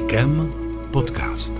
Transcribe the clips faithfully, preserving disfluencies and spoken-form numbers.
IKEM podcast.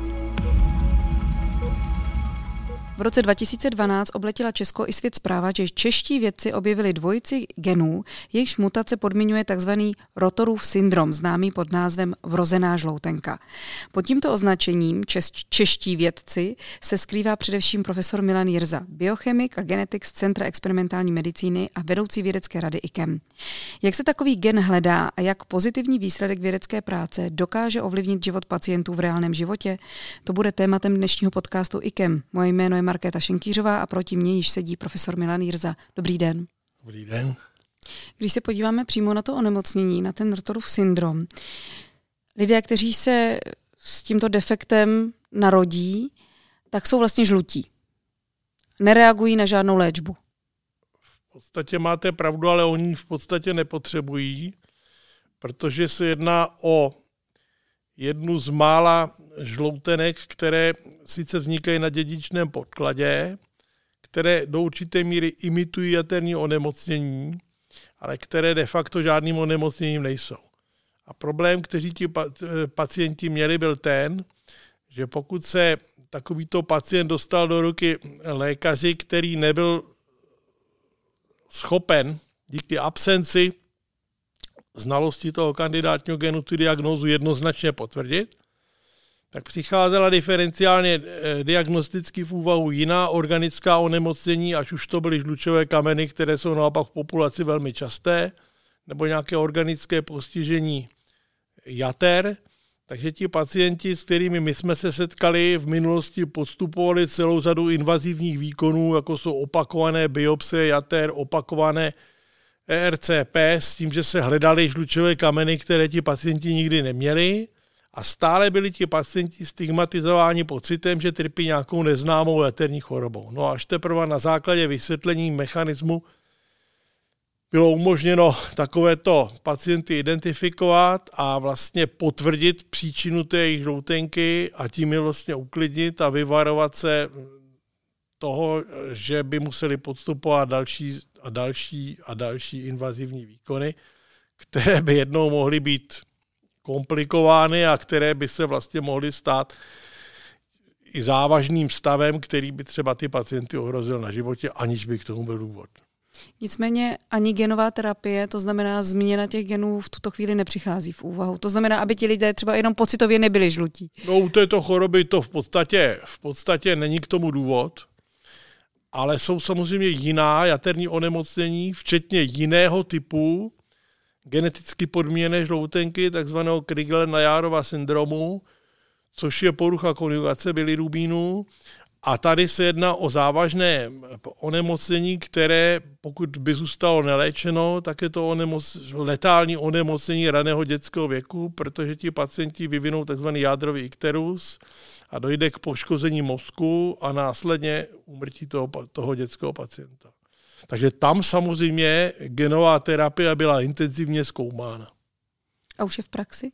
V roce dva tisíce dvanáct obletěla Česko i svět zpráva, že čeští vědci objevili dvojici genů, jejichž mutace podmiňuje tzv. Rotorův syndrom, známý pod názvem vrozená žloutenka. Pod tímto označením čes- čeští vědci se skrývá především profesor Milan Jirsa, biochemik a genetik z Centra experimentální medicíny a vedoucí vědecké rady IKEM. Jak se takový gen hledá a jak pozitivní výsledek vědecké práce dokáže ovlivnit život pacientů v reálném životě, to bude tématem dnešního podcastu IKEM. Moje jméno je Markéta Šenkýřová a proti mně již sedí profesor Milan Jirsa. Dobrý den. Dobrý den. Když se podíváme přímo na to onemocnění, na ten Rotorův syndrom, lidé, kteří se s tímto defektem narodí, tak jsou vlastně žlutí. Nereagují na žádnou léčbu. V podstatě máte pravdu, ale oni v podstatě nepotřebují, protože se jedná o jednu z mála žloutenek, které sice vznikají na dědičném podkladě, které do určité míry imitují jaterní onemocnění, ale které de facto žádným onemocněním nejsou. A problém, který ti pacienti měli, byl ten, že pokud se takovýto pacient dostal do ruky lékaři, který nebyl schopen díky absenci znalosti toho kandidátního genu tu diagnózu jednoznačně potvrdit, tak přicházela diferenciálně diagnosticky v úvahu jiná organická onemocnění, ať už to byly žlučové kameny, které jsou naopak v populaci velmi časté, nebo nějaké organické postižení jater. Takže ti pacienti, s kterými my jsme se setkali v minulosti, podstupovali celou řadu invazivních výkonů, jako jsou opakované biopsie jater, opakované E R C P, s tím, že se hledaly žlučové kameny, které ti pacienti nikdy neměli, a stále byli ti pacienti stigmatizováni pocitem, že trpí nějakou neznámou jaterní chorobou. No a až teprve na základě vysvětlení mechanismu bylo umožněno takovéto pacienty identifikovat a vlastně potvrdit příčinu té jejich žloutenky a tím je vlastně uklidnit a vyvarovat se toho, že by museli podstupovat další a další a další invazivní výkony, které by jednou mohly být komplikovány a které by se vlastně mohly stát i závažným stavem, který by třeba ty pacienty ohrozil na životě, aniž by k tomu byl důvod. Nicméně ani genová terapie, to znamená změna těch genů v tuto chvíli nepřichází v úvahu. To znamená, aby ti lidé třeba jenom pocitově nebyli žlutí. No u této choroby to v podstatě, v podstatě není k tomu důvod, ale jsou samozřejmě jiná jaterní onemocnění, včetně jiného typu geneticky podmíněné žloutenky, takzvaného Crigler-Najárova syndromu, což je porucha konjugace bilirubínu. A tady se jedná o závažné onemocnění, které, pokud by zůstalo neléčeno, tak je to onemoc- letální onemocnění raného dětského věku, protože ti pacienti vyvinou takzvaný jádrový ikterus a dojde k poškození mozku a následně úmrtí toho, toho dětského pacienta. Takže tam samozřejmě genová terapie byla intenzivně zkoumána. A už je v praxi?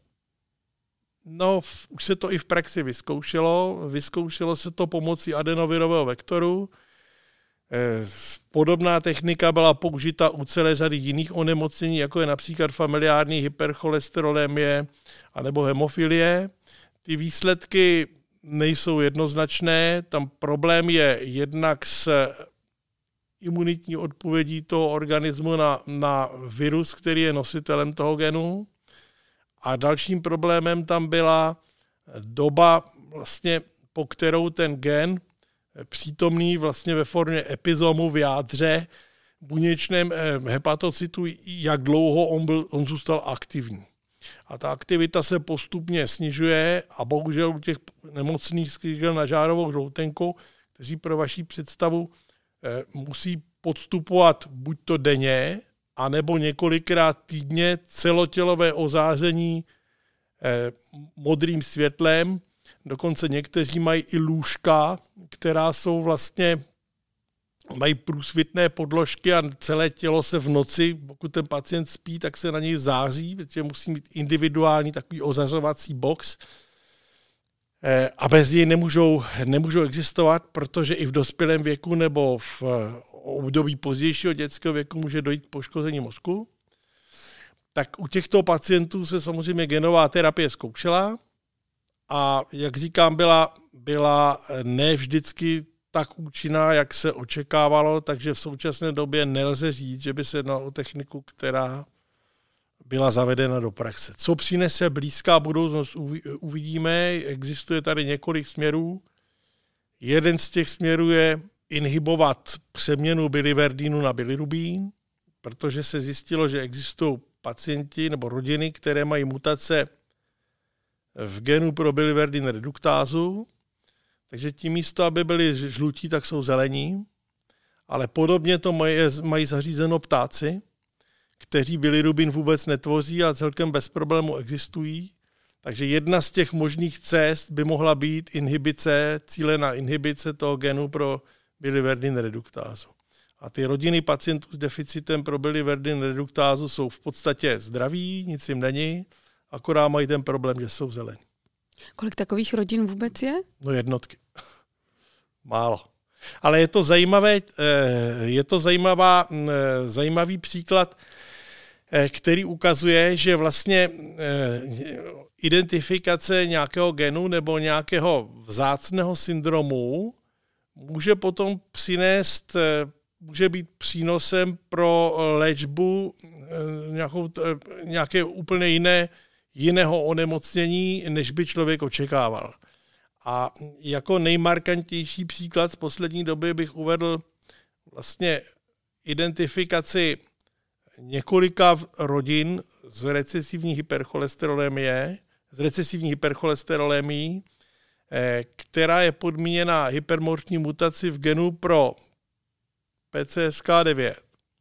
No, v, už se to i v praxi vyzkoušelo. Vyzkoušelo se to pomocí adenovirového vektoru. E, podobná technika byla použita u celé řady jiných onemocnění, jako je například familiární hypercholesterolemie anebo hemofilie. Ty výsledky nejsou jednoznačné. Tam problém je jednak s imunitní odpovědí toho organismu na, na virus, který je nositelem toho genu. A dalším problémem tam byla doba, vlastně, po kterou ten gen přítomný vlastně ve formě epizomu v jádře buněčném hepatocytu, jak dlouho on, byl, on zůstal aktivní. A ta aktivita se postupně snižuje a bohužel u těch nemocných s Crigler-Najárovou žloutenkou, kteří pro vaši představu musí podstupovat buď to denně, anebo několikrát týdně celotělové ozáření eh, modrým světlem. Dokonce někteří mají i lůžka, která jsou vlastně, mají průsvitné podložky a celé tělo se v noci, pokud ten pacient spí, tak se na něj září, protože musí mít individuální takový ozařovací box. Eh, a bez něj nemůžou, nemůžou existovat, protože i v dospělém věku nebo v období pozdějšího dětského věku může dojít k poškození mozku. Tak u těchto pacientů se samozřejmě genová terapie zkoušela a jak říkám, byla, byla ne vždycky tak účinná, jak se očekávalo, takže v současné době nelze říct, že by se jednalo o techniku, která byla zavedena do praxe. Co přinese blízká budoucnost, uvidíme. Existuje tady několik směrů. Jeden z těch směrů je inhibovat přeměnu biliverdinu na bilirubín, protože se zjistilo, že existují pacienti nebo rodiny, které mají mutace v genu pro biliverdin reduktázu, takže tím místo, aby byli žlutí, tak jsou zelení, ale podobně to mají, mají zařízeno ptáci, kteří bilirubin vůbec netvoří a celkem bez problému existují. Takže jedna z těch možných cest by mohla být inhibice, cílená inhibice toho genu pro biliverdin reduktázu. A ty rodiny pacientů s deficitem pro biliverdin reduktázu jsou v podstatě zdraví, nic jim není, akorát mají ten problém, že jsou zelení. Kolik takových rodin vůbec je? No jednotky. Málo. Ale je to zajímavé, je to zajímavá, zajímavý příklad, který ukazuje, že vlastně identifikace nějakého genu nebo nějakého vzácného syndromu může potom přinést, může být přínosem pro léčbu nějakou, nějaké úplně jiné, jiného onemocnění, než by člověk očekával. A jako nejmarkantnější příklad z poslední doby bych uvedl vlastně identifikaci několika rodin z recesivní hypercholesterolémie, z recesivní hypercholesterolémií, která je podmíněna hypermorfní mutaci v genu pro P C S K devět.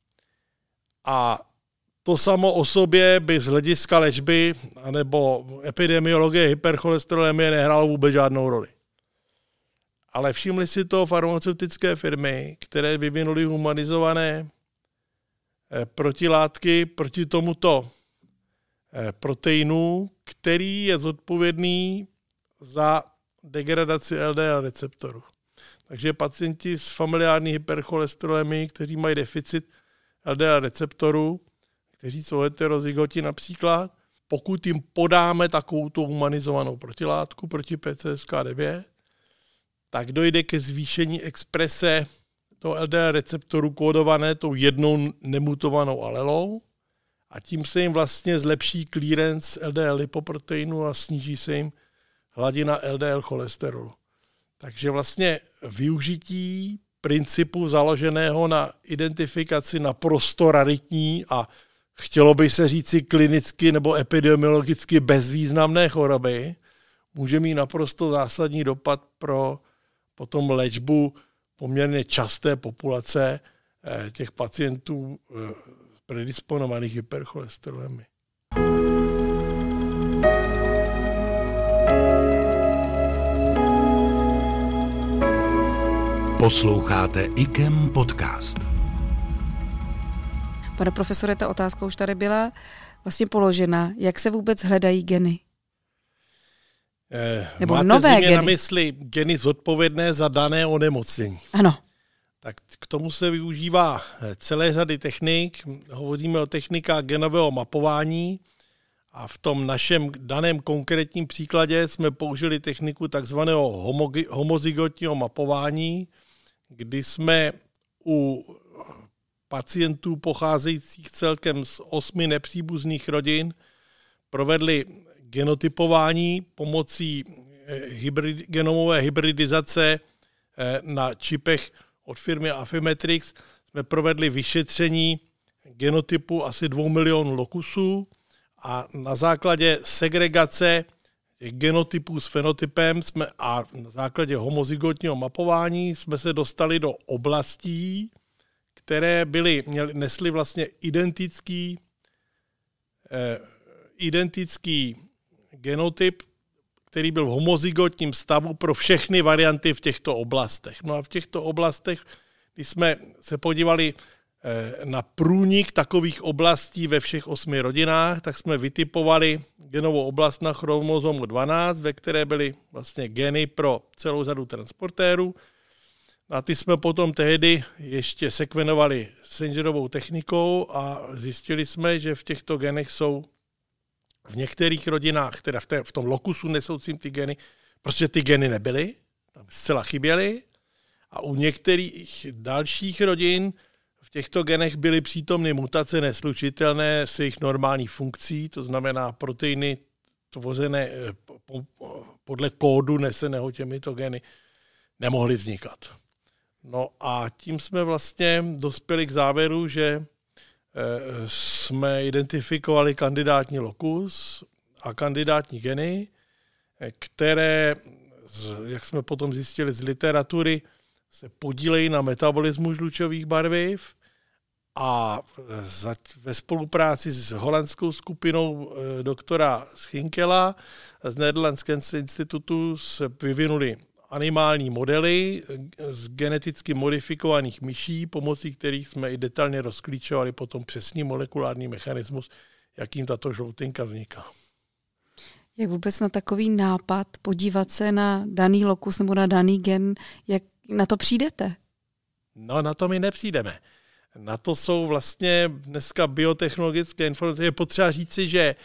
A to samo o sobě by z hlediska léčby anebo epidemiologie hypercholesterolémie nehrálo vůbec žádnou roli. Ale všimli si to farmaceutické firmy, které vyvinuly humanizované protilátky proti tomuto proteinu, který je zodpovědný za degradaci L D L receptoru. Takže pacienti s familiární hypercholesterolemií, kteří mají deficit L D L receptoru, kteří jsou heterozygoti například, pokud jim podáme takovou humanizovanou protilátku proti P C S K devět, tak dojde ke zvýšení exprese toho L D L receptoru kódované tou jednou nemutovanou alelou a tím se jim vlastně zlepší clearance L D L lipoproteinu a sníží se jim hladina L D L cholesterolu. Takže vlastně využití principu založeného na identifikaci naprosto raritní a chtělo by se říci klinicky nebo epidemiologicky bezvýznamné choroby, může mít naprosto zásadní dopad pro potom léčbu poměrně časté populace těch pacientů predisponovaných hypercholesterolemi. Posloucháte I K E M podcast. Pane profesore, ta otázka už tady byla vlastně položena. Jak se vůbec hledají geny? Eh, Nebo máte nové geny geny? na mysli geny zodpovědné za dané onemocnění. Ano. Tak k tomu se využívá celé řady technik. Hovoříme o technikách genového mapování a v tom našem daném konkrétním příkladě jsme použili techniku takzvaného homozygotního mapování, kdy jsme u pacientů pocházejících celkem z osmi nepříbuzných rodin provedli genotypování pomocí hybrid, genomové hybridizace na čipech od firmy Affymetrix. Jsme provedli vyšetření genotypu asi dvou milionů lokusů a na základě segregace genotypů s fenotypem jsme a na základě homozygotního mapování jsme se dostali do oblastí, které byly, měly, nesly vlastně identický, eh, identický genotyp, který byl v homozygotním stavu pro všechny varianty v těchto oblastech. No a v těchto oblastech, když jsme se podívali eh, na průnik takových oblastí ve všech osmi rodinách, tak jsme vytipovali genovou oblast na chromozomu dvanáct, ve které byly vlastně geny pro celou řadu transportérů. A ty jsme potom tehdy ještě sekvenovali Sangerovou technikou a zjistili jsme, že v těchto genech jsou V některých rodinách, teda v, té, v tom lokusu nesoucím ty geny, prostě ty geny nebyly, tam zcela chyběly. A u některých dalších rodin v těchto genech byly přítomny mutace neslučitelné s jejich normální funkcí, to znamená proteiny tvořené podle kódu neseného těmito geny nemohly vznikat. No a tím jsme vlastně dospěli k závěru, že jsme identifikovali kandidátní lokus a kandidátní geny, které, jak jsme potom zjistili z literatury, se podílejí na metabolismu žlučových barviv a ve spolupráci s holandskou skupinou doktora Schinkela z Nederlandského institutu se vyvinuli animální modely z geneticky modifikovaných myší, pomocí kterých jsme i detailně rozklíčovali potom přesný molekulární mechanismus, jakým tato žloutenka vzniká. Jak vůbec na takový nápad podívat se na daný lokus nebo na daný gen, jak na to přijdete? No, na to my nepřijdeme. Na to jsou vlastně dneska biotechnologické informace. Je potřeba říci, že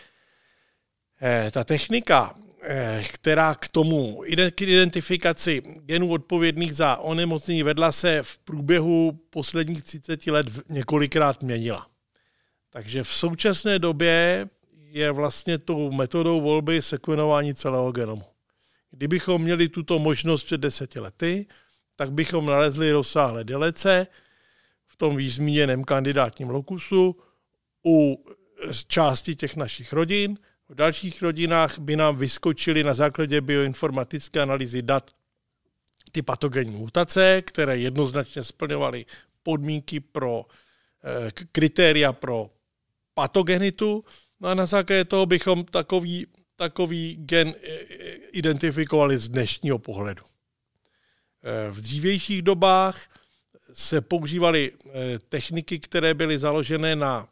ta technika, která k tomu k identifikaci genů odpovědných za onemocnění vedla, se v průběhu posledních třicet let několikrát měnila. Takže v současné době je vlastně tou metodou volby sekvenování celého genomu. Kdybychom měli tuto možnost před deseti lety, tak bychom nalezli rozsáhlé delece v tom výš zmíněném kandidátním lokusu u části těch našich rodin. V dalších rodinách by nám vyskočily na základě bioinformatické analýzy dat ty patogenní mutace, které jednoznačně splňovaly podmínky pro kritéria pro patogenitu. No a na základě toho bychom takový, takový gen identifikovali z dnešního pohledu. V dřívějších dobách se používaly techniky, které byly založené na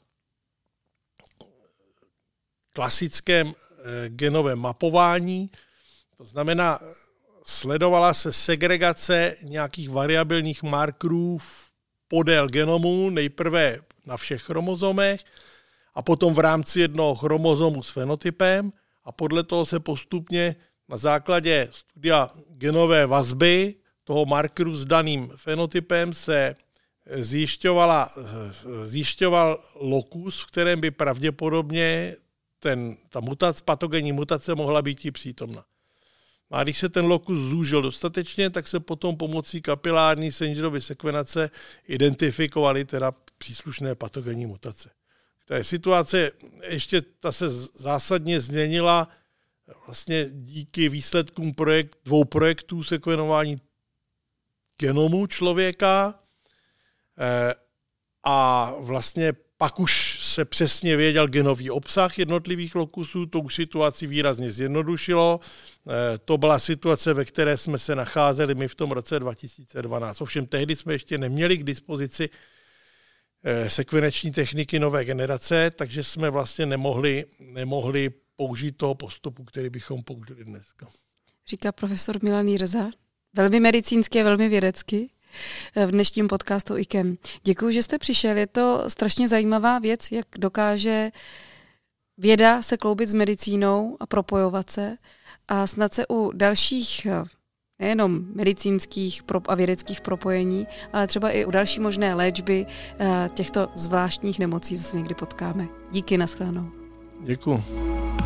klasickém genovém mapování. To znamená, sledovala se segregace nějakých variabilních markerů podél genomu, nejprve na všech chromozomech a potom v rámci jednoho chromozomu s fenotypem a podle toho se postupně na základě studia genové vazby toho markeru s daným fenotypem se zjišťovala, zjišťoval lokus, v kterém by pravděpodobně ten, ta mutace, patogenní mutace mohla být i přítomna. A když se ten lokus zúžil dostatečně, tak se potom pomocí kapilární Sangerovy sekvenace identifikovaly teda příslušné patogenní mutace. Ta situace ještě ta se zásadně změnila vlastně díky výsledkům projekt, dvou projektů sekvenování genomu člověka a vlastně pak už se přesně věděl genový obsah jednotlivých lokusů, to už situaci výrazně zjednodušilo. To byla situace, ve které jsme se nacházeli my v tom roce dva tisíce dvanáct. Ovšem tehdy jsme ještě neměli k dispozici sekvenační techniky nové generace, takže jsme vlastně nemohli, nemohli použít toho postupu, který bychom použili dneska. Říká profesor Milan Jirsa, velmi medicínsky a velmi vědecky v dnešním podcastu I K E M. Děkuji, že jste přišel. Je to strašně zajímavá věc, jak dokáže věda se kloubit s medicínou a propojovat se a snad se u dalších nejenom medicínských a vědeckých propojení, ale třeba i u další možné léčby těchto zvláštních nemocí zase někdy potkáme. Díky, nashledanou. Děkuji.